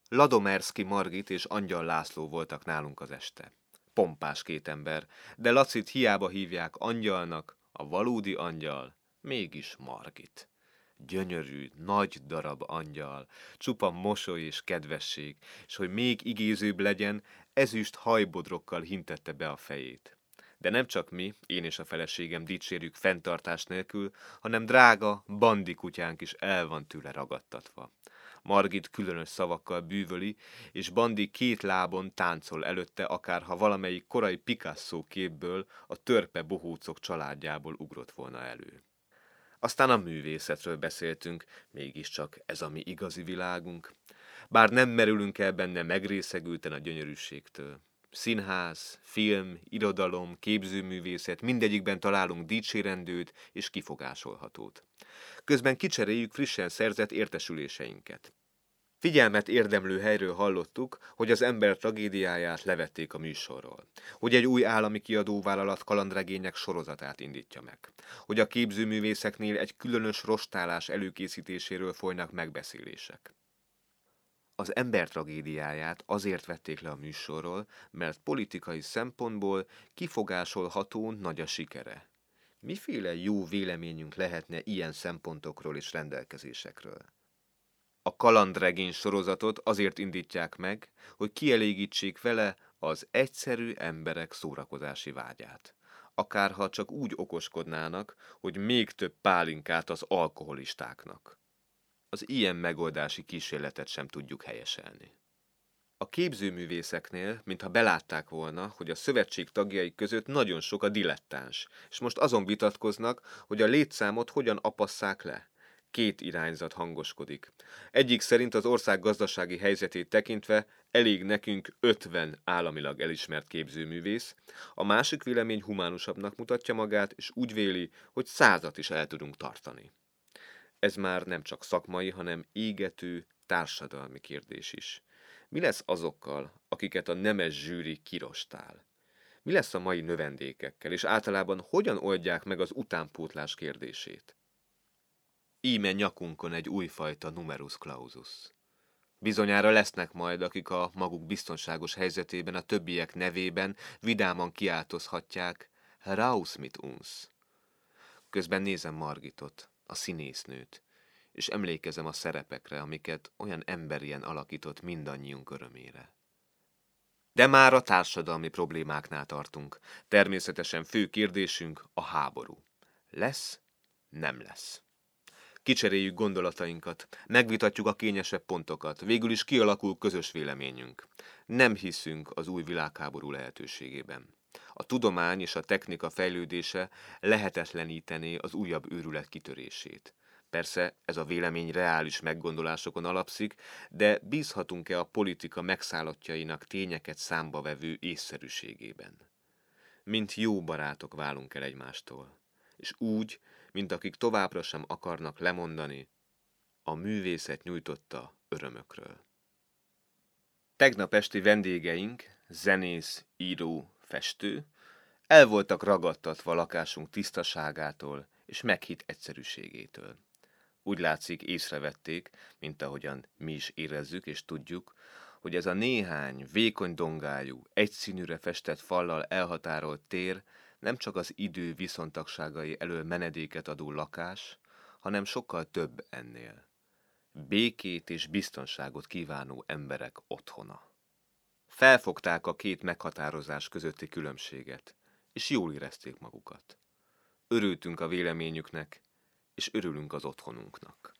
Ladomerszki Margit és Angyal László voltak nálunk az este. Pompás két ember, de Lacit hiába hívják angyalnak, a valódi angyal mégis Margit. Gyönyörű, nagy darab angyal, csupa mosoly és kedvesség, és hogy még igézőbb legyen, ezüst hajbodrokkal hintette be a fejét. De nem csak mi, én és a feleségem dicsérjük fenntartás nélkül, hanem drága Bandi kutyánk is el van tőle ragadtatva. Margit különös szavakkal bűvöli, és Bandi két lábon táncol előtte, akárha valamelyik korai Picasso képből, a törpe bohócok családjából ugrott volna elő. Aztán a művészetről beszéltünk, mégiscsak ez a mi igazi világunk. Bár nem merülünk el benne megrészegülten a gyönyörűségtől. Színház, film, irodalom, képzőművészet, mindegyikben találunk dicsérendőt és kifogásolhatót. Közben kicseréljük frissen szerzett értesüléseinket. Figyelmet érdemlő helyről hallottuk, hogy az ember tragédiáját levették a műsorról, hogy egy új állami kiadóvállalat kalandregények sorozatát indítja meg, hogy a képzőművészeknél egy különös rostálás előkészítéséről folynak megbeszélések. Az ember tragédiáját azért vették le a műsorról, mert politikai szempontból kifogásolható nagy a sikere. Miféle jó véleményünk lehetne ilyen szempontokról és rendelkezésekről? A kalandregény sorozatot azért indítják meg, hogy kielégítsék vele az egyszerű emberek szórakozási vágyát. Akárha csak úgy okoskodnának, hogy még több pálinkát az alkoholistáknak. Az ilyen megoldási kísérletet sem tudjuk helyeselni. A képzőművészeknél, mintha belátták volna, hogy a szövetség tagjai között nagyon sok a dilettáns, és most azon vitatkoznak, hogy a létszámot hogyan apasszák le. Két irányzat hangoskodik. Egyik szerint az ország gazdasági helyzetét tekintve elég nekünk 50 államilag elismert képzőművész, a másik vélemény humánusabbnak mutatja magát, és úgy véli, hogy 100-at is el tudunk tartani. Ez már nem csak szakmai, hanem égető, társadalmi kérdés is. Mi lesz azokkal, akiket a nemes zsűri kirostál? Mi lesz a mai növendékekkel, és általában hogyan oldják meg az utánpótlás kérdését? Íme nyakunkon egy újfajta numerus clausus. Bizonyára lesznek majd, akik a maguk biztonságos helyzetében a többiek nevében vidáman kiáltozhatják Raus mit uns. Közben nézem Margitot, a színésznőt, és emlékezem a szerepekre, amiket olyan emberien alakított mindannyiunk örömére. De már a társadalmi problémáknál tartunk. Természetesen fő kérdésünk a háború. Lesz? Nem lesz. Kicseréljük gondolatainkat, megvitatjuk a kényesebb pontokat, végül is kialakul közös véleményünk. Nem hiszünk az új világháború lehetőségében. A tudomány és a technika fejlődése lehetetlenítené az újabb őrület kitörését. Persze ez a vélemény reális meggondolásokon alapszik, de bízhatunk-e a politika megszállottjainak tényeket számba vevő észszerűségében? Mint jó barátok válunk el egymástól, és úgy, mint akik továbbra sem akarnak lemondani a művészet nyújtotta örömökről. Tegnap esti vendégeink, zenész, író, festő, el voltak ragadtatva lakásunk tisztaságától és meghitt egyszerűségétől. Úgy látszik, észrevették, mint ahogyan mi is érezzük és tudjuk, hogy ez a néhány vékony dongájú, egyszínűre festett fallal elhatárolt tér nem csak az idő viszontagságai elől menedéket adó lakás, hanem sokkal több ennél. Békét és biztonságot kívánó emberek otthona. Felfogták a két meghatározás közötti különbséget, és jól érezték magukat. Örültünk a véleményüknek, és örülünk az otthonunknak.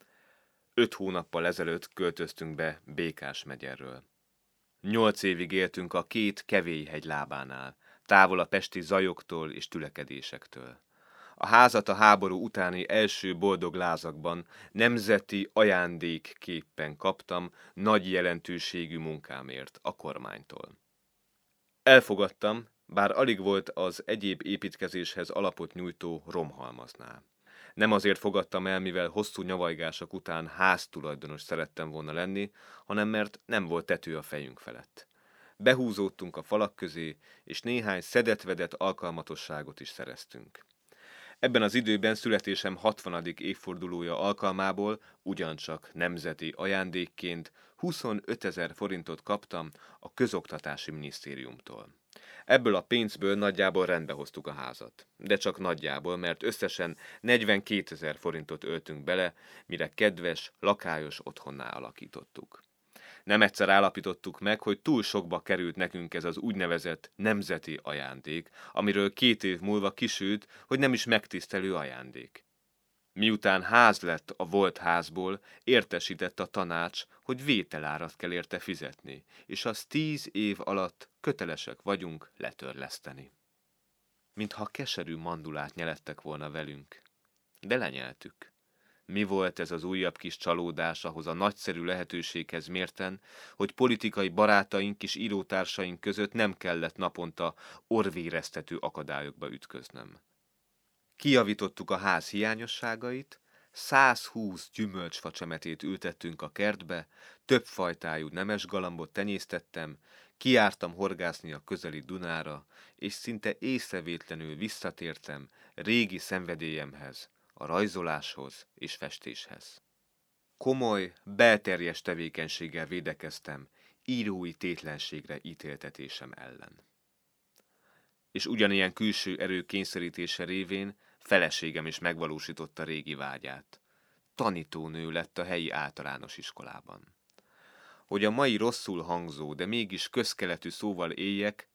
5 hónappal ezelőtt költöztünk be Békás megyerről. 8 évig éltünk a két Kevélyhegy lábánál, távol a pesti zajoktól és tülekedésektől. A házat a háború utáni első boldog lázakban nemzeti ajándékképpen kaptam nagy jelentőségű munkámért a kormánytól. Elfogadtam, bár alig volt az egyéb építkezéshez alapot nyújtó romhalmaznál. Nem azért fogadtam el, mivel hosszú nyavajgások után háztulajdonos szerettem volna lenni, hanem mert nem volt tető a fejünk felett. Behúzódtunk a falak közé, és néhány szedett-vedett alkalmatosságot is szereztünk. Ebben az időben születésem 60. évfordulója alkalmából ugyancsak nemzeti ajándékként 25 000 forintot kaptam a Közoktatási Minisztériumtól. Ebből a pénzből nagyjából rendbehoztuk a házat. De csak nagyjából, mert összesen 42 000 forintot öltünk bele, mire kedves, lakályos otthonná alakítottuk. Nem egyszer állapítottuk meg, hogy túl sokba került nekünk ez az úgynevezett nemzeti ajándék, amiről 2 év múlva kisült, hogy nem is megtisztelő ajándék. Miután ház lett a volt házból, értesített a tanács, hogy vételárat kell érte fizetni, és azt 10 év alatt kötelesek vagyunk letörleszteni. Mintha keserű mandulát nyelettek volna velünk, de lenyeltük. Mi volt ez az újabb kis csalódás ahhoz a nagyszerű lehetőséghez mérten, hogy politikai barátaink és írótársaink között nem kellett naponta orvéreztető akadályokba ütköznöm. Kijavítottuk a ház hiányosságait, 120 gyümölcsfa csemetét ültettünk a kertbe, több fajtájú nemesgalambot tenyésztettem, kijártam horgászni a közeli Dunára, és szinte észrevétlenül visszatértem régi szenvedélyemhez, a rajzoláshoz és festéshez. Komoly, belterjes tevékenységgel védekeztem írói tétlenségre ítéltetésem ellen. És ugyanilyen külső erő kényszerítése révén feleségem is megvalósította régi vágyát. Tanítónő lett a helyi általános iskolában. Hogy a mai rosszul hangzó, de mégis közkeletű szóval éljek,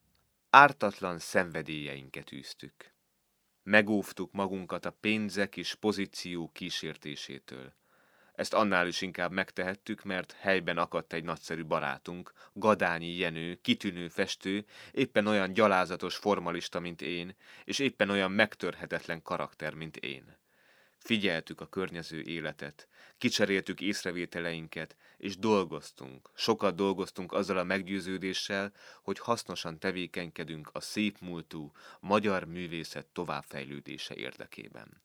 ártatlan szenvedélyeinket űztük. Megóvtuk magunkat a pénzek és pozíció kísértésétől. Ezt annál is inkább megtehettük, mert helyben akadt egy nagyszerű barátunk, Gadányi Jenő, kitűnő festő, éppen olyan gyalázatos formalista, mint én, és éppen olyan megtörhetetlen karakter, mint én. Figyeltük a környező életet, kicseréltük észrevételeinket, és dolgoztunk, sokat dolgoztunk azzal a meggyőződéssel, hogy hasznosan tevékenykedünk a szépmúltú magyar művészet továbbfejlődése érdekében.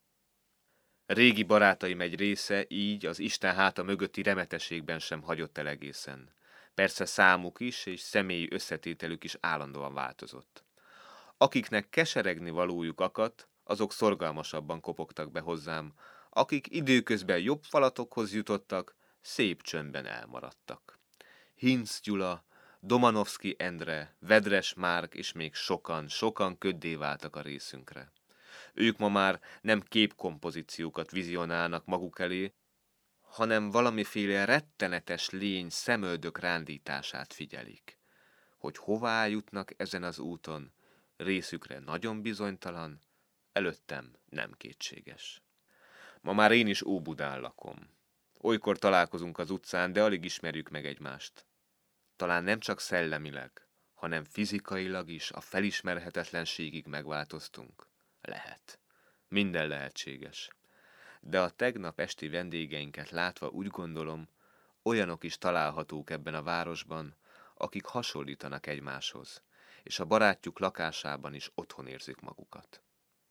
Régi barátaim egy része így az Isten háta mögötti remetességben sem hagyott el egészen. Persze számuk is és személyi összetételük is állandóan változott. Akiknek keseregni valójuk akadt, azok szorgalmasabban kopogtak be hozzám, akik időközben jobb falatokhoz jutottak, szép csöndben elmaradtak. Hinz Gyula, Domanovszky Endre, Vedres Márk és még sokan köddé váltak a részünkre. Ők ma már nem képkompozíciókat vizionálnak maguk elé, hanem valamiféle rettenetes lény szemöldök rándítását figyelik. Hogy hová jutnak ezen az úton, részükre nagyon bizonytalan, előttem nem kétséges. Ma már én is Óbudán lakom. Olykor találkozunk az utcán, de alig ismerjük meg egymást. Talán nem csak szellemileg, hanem fizikailag is a felismerhetetlenségig megváltoztunk. Lehet. Minden lehetséges. De a tegnap esti vendégeinket látva úgy gondolom, olyanok is találhatók ebben a városban, akik hasonlítanak egymáshoz, és a barátjuk lakásában is otthon érzik magukat.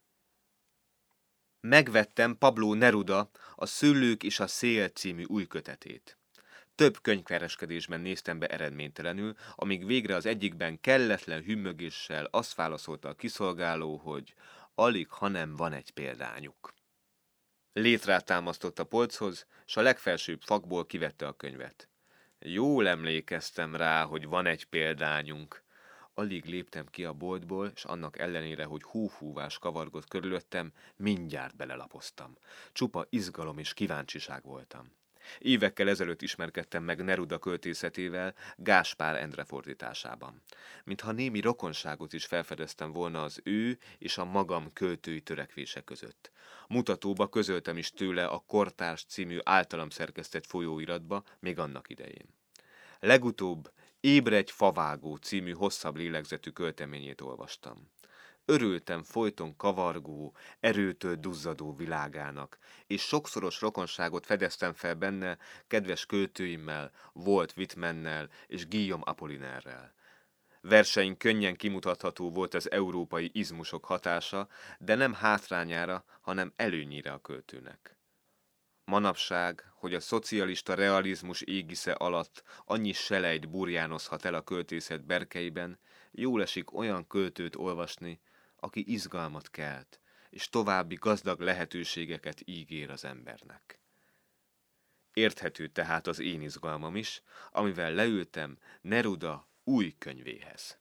Megvettem Pablo Neruda A Szőlők és a Szél című új kötetét. Több könyvkereskedésben néztem be eredménytelenül, amíg végre az egyikben kelletlen hümmögéssel azt válaszolta a kiszolgáló, hogy alig, hanem van egy példányuk. Létrát támasztott a polchoz, s a legfelsőbb fakból kivette a könyvet. Jól emlékeztem rá, hogy van egy példányunk. Alig léptem ki a boltból, és annak ellenére, hogy húfúvás kavargott körülöttem, mindjárt belelapoztam. Csupa izgalom és kíváncsiság voltam. Évekkel ezelőtt ismerkedtem meg Neruda költészetével Gáspár Endre fordításában. Mintha némi rokonságot is felfedeztem volna az ő és a magam költői törekvése között. Mutatóba közöltem is tőle a Kortárs című általam szerkesztett folyóiratba, még annak idején. Legutóbb Ébredj favágó című hosszabb lélegzetű költeményét olvastam. Örültem folyton kavargó, erőtől duzzadó világának, és sokszoros rokonságot fedeztem fel benne kedves költőimmel, Walt Whitmannel és Guillaume Apollinaire-rel. Verseink könnyen kimutatható volt az európai izmusok hatása, de nem hátrányára, hanem előnyire a költőnek. Manapság, hogy a szocialista realizmus égisze alatt annyi selejt burjánozhat el a költészet berkeiben, jól esik olyan költőt olvasni, aki izgalmat kelt, és további gazdag lehetőségeket ígér az embernek. Érthető tehát az én izgalmam is, amivel leültem Neruda új könyvéhez.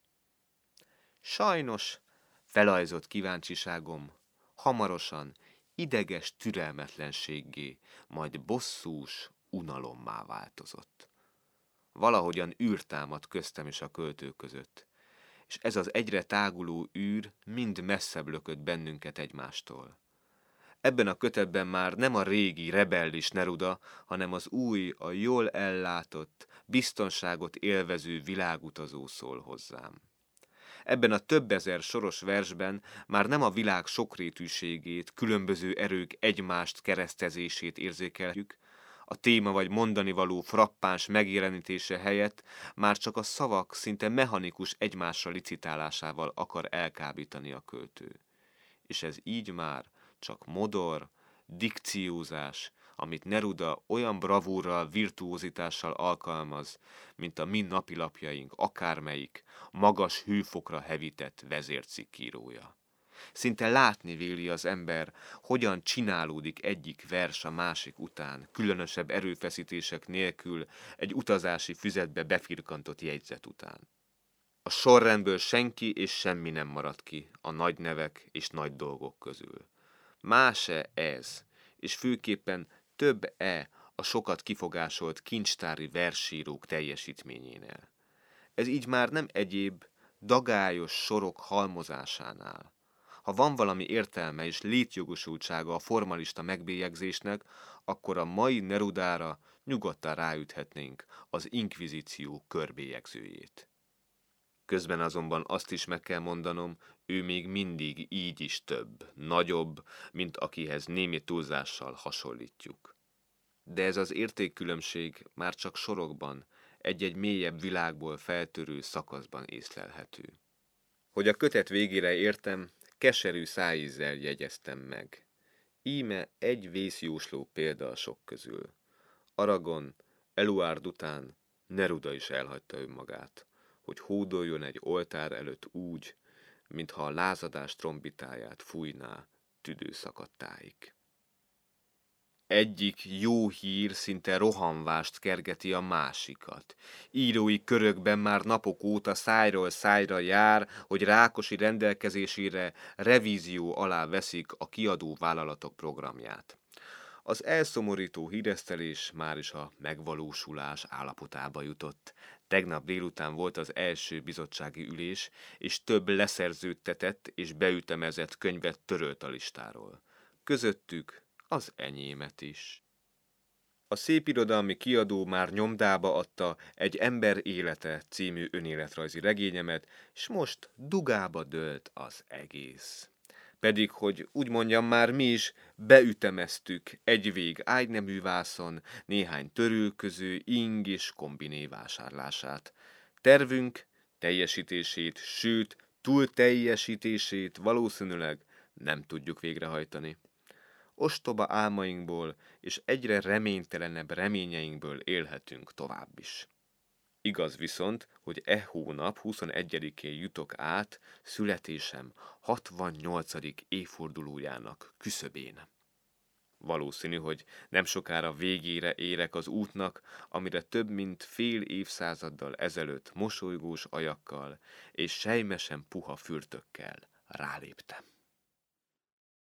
Sajnos felajzott kíváncsiságom hamarosan ideges türelmetlenséggé, majd bosszús unalommá változott. Valahogyan űr támadt köztem és a költő között, és ez az egyre táguló űr mind messzebb lökött bennünket egymástól. Ebben a kötetben már nem a régi, rebellis Neruda, hanem az új, a jól ellátott, biztonságot élvező világutazó szól hozzám. Ebben a több ezer soros versben már nem a világ sokrétűségét, különböző erők egymást keresztezését érzékeljük, a téma vagy mondani való frappáns megjelenítése helyett már csak a szavak szinte mechanikus egymásra licitálásával akar elkábítani a költő. És ez így már csak modor, dikciózás, amit Neruda olyan bravúrral, virtuózitással alkalmaz, mint a mi napilapjaink akármelyik, magas hőfokra hevített vezércikkírója. Szinte látni véli az ember, hogyan csinálódik egyik vers a másik után, különösebb erőfeszítések nélkül egy utazási füzetbe befirkantott jegyzet után. A sorrendből senki és semmi nem maradt ki a nagy nevek és nagy dolgok közül. Más-e ez, és főképpen több-e a sokat kifogásolt kincstári versírók teljesítményénél. Ez így már nem egyéb, dagályos sorok halmozásánál. Ha van valami értelme és létjogosultsága a formalista megbélyegzésnek, akkor a mai Nerudára nyugodtan ráüthetnénk az inkvizíció körbélyegzőjét. Közben azonban azt is meg kell mondanom, ő még mindig így is több, nagyobb, mint akihez némi túlzással hasonlítjuk. De ez az értékkülönbség már csak sorokban, egy-egy mélyebb világból feltörő szakaszban észlelhető. Hogy a kötet végére értem, keserű szájízzel jegyeztem meg. Íme egy vészjósló példa a sok közül. Aragon, Eluard után Neruda is elhagyta önmagát, hogy hódoljon egy oltár előtt úgy, mintha a lázadás trombitáját fújná tüdőszakadtáig. Egyik jó hír szinte rohanvást kergeti a másikat. Írói körökben már napok óta szájról szájra jár, hogy Rákosi rendelkezésére revízió alá veszik a kiadó vállalatok programját. Az elszomorító híresztelés már is a megvalósulás állapotába jutott. Tegnap délután volt az első bizottsági ülés, és több leszerződtetett és beütemezett könyvet törölt a listáról. Közöttük az enyémet is. A szépirodalmi kiadó már nyomdába adta Egy ember élete című önéletrajzi regényemet, és most dugába dőlt az egész. Pedig, hogy úgy mondjam, már mi is beütemeztük egy vég ágynemű vászon néhány törülköző ing és kombiné vásárlását. Tervünk teljesítését, sőt túlteljesítését valószínűleg nem tudjuk végrehajtani. Ostoba álmainkból és egyre reménytelenebb reményeinkből élhetünk tovább is. Igaz viszont, hogy hónap 21-én jutok át születésem 68. évfordulójának küszöbén. Valószínű, hogy nem sokára végére érek az útnak, amire több mint fél évszázaddal ezelőtt mosolygós ajakkal és sejmesen puha fürtökkel ráléptem.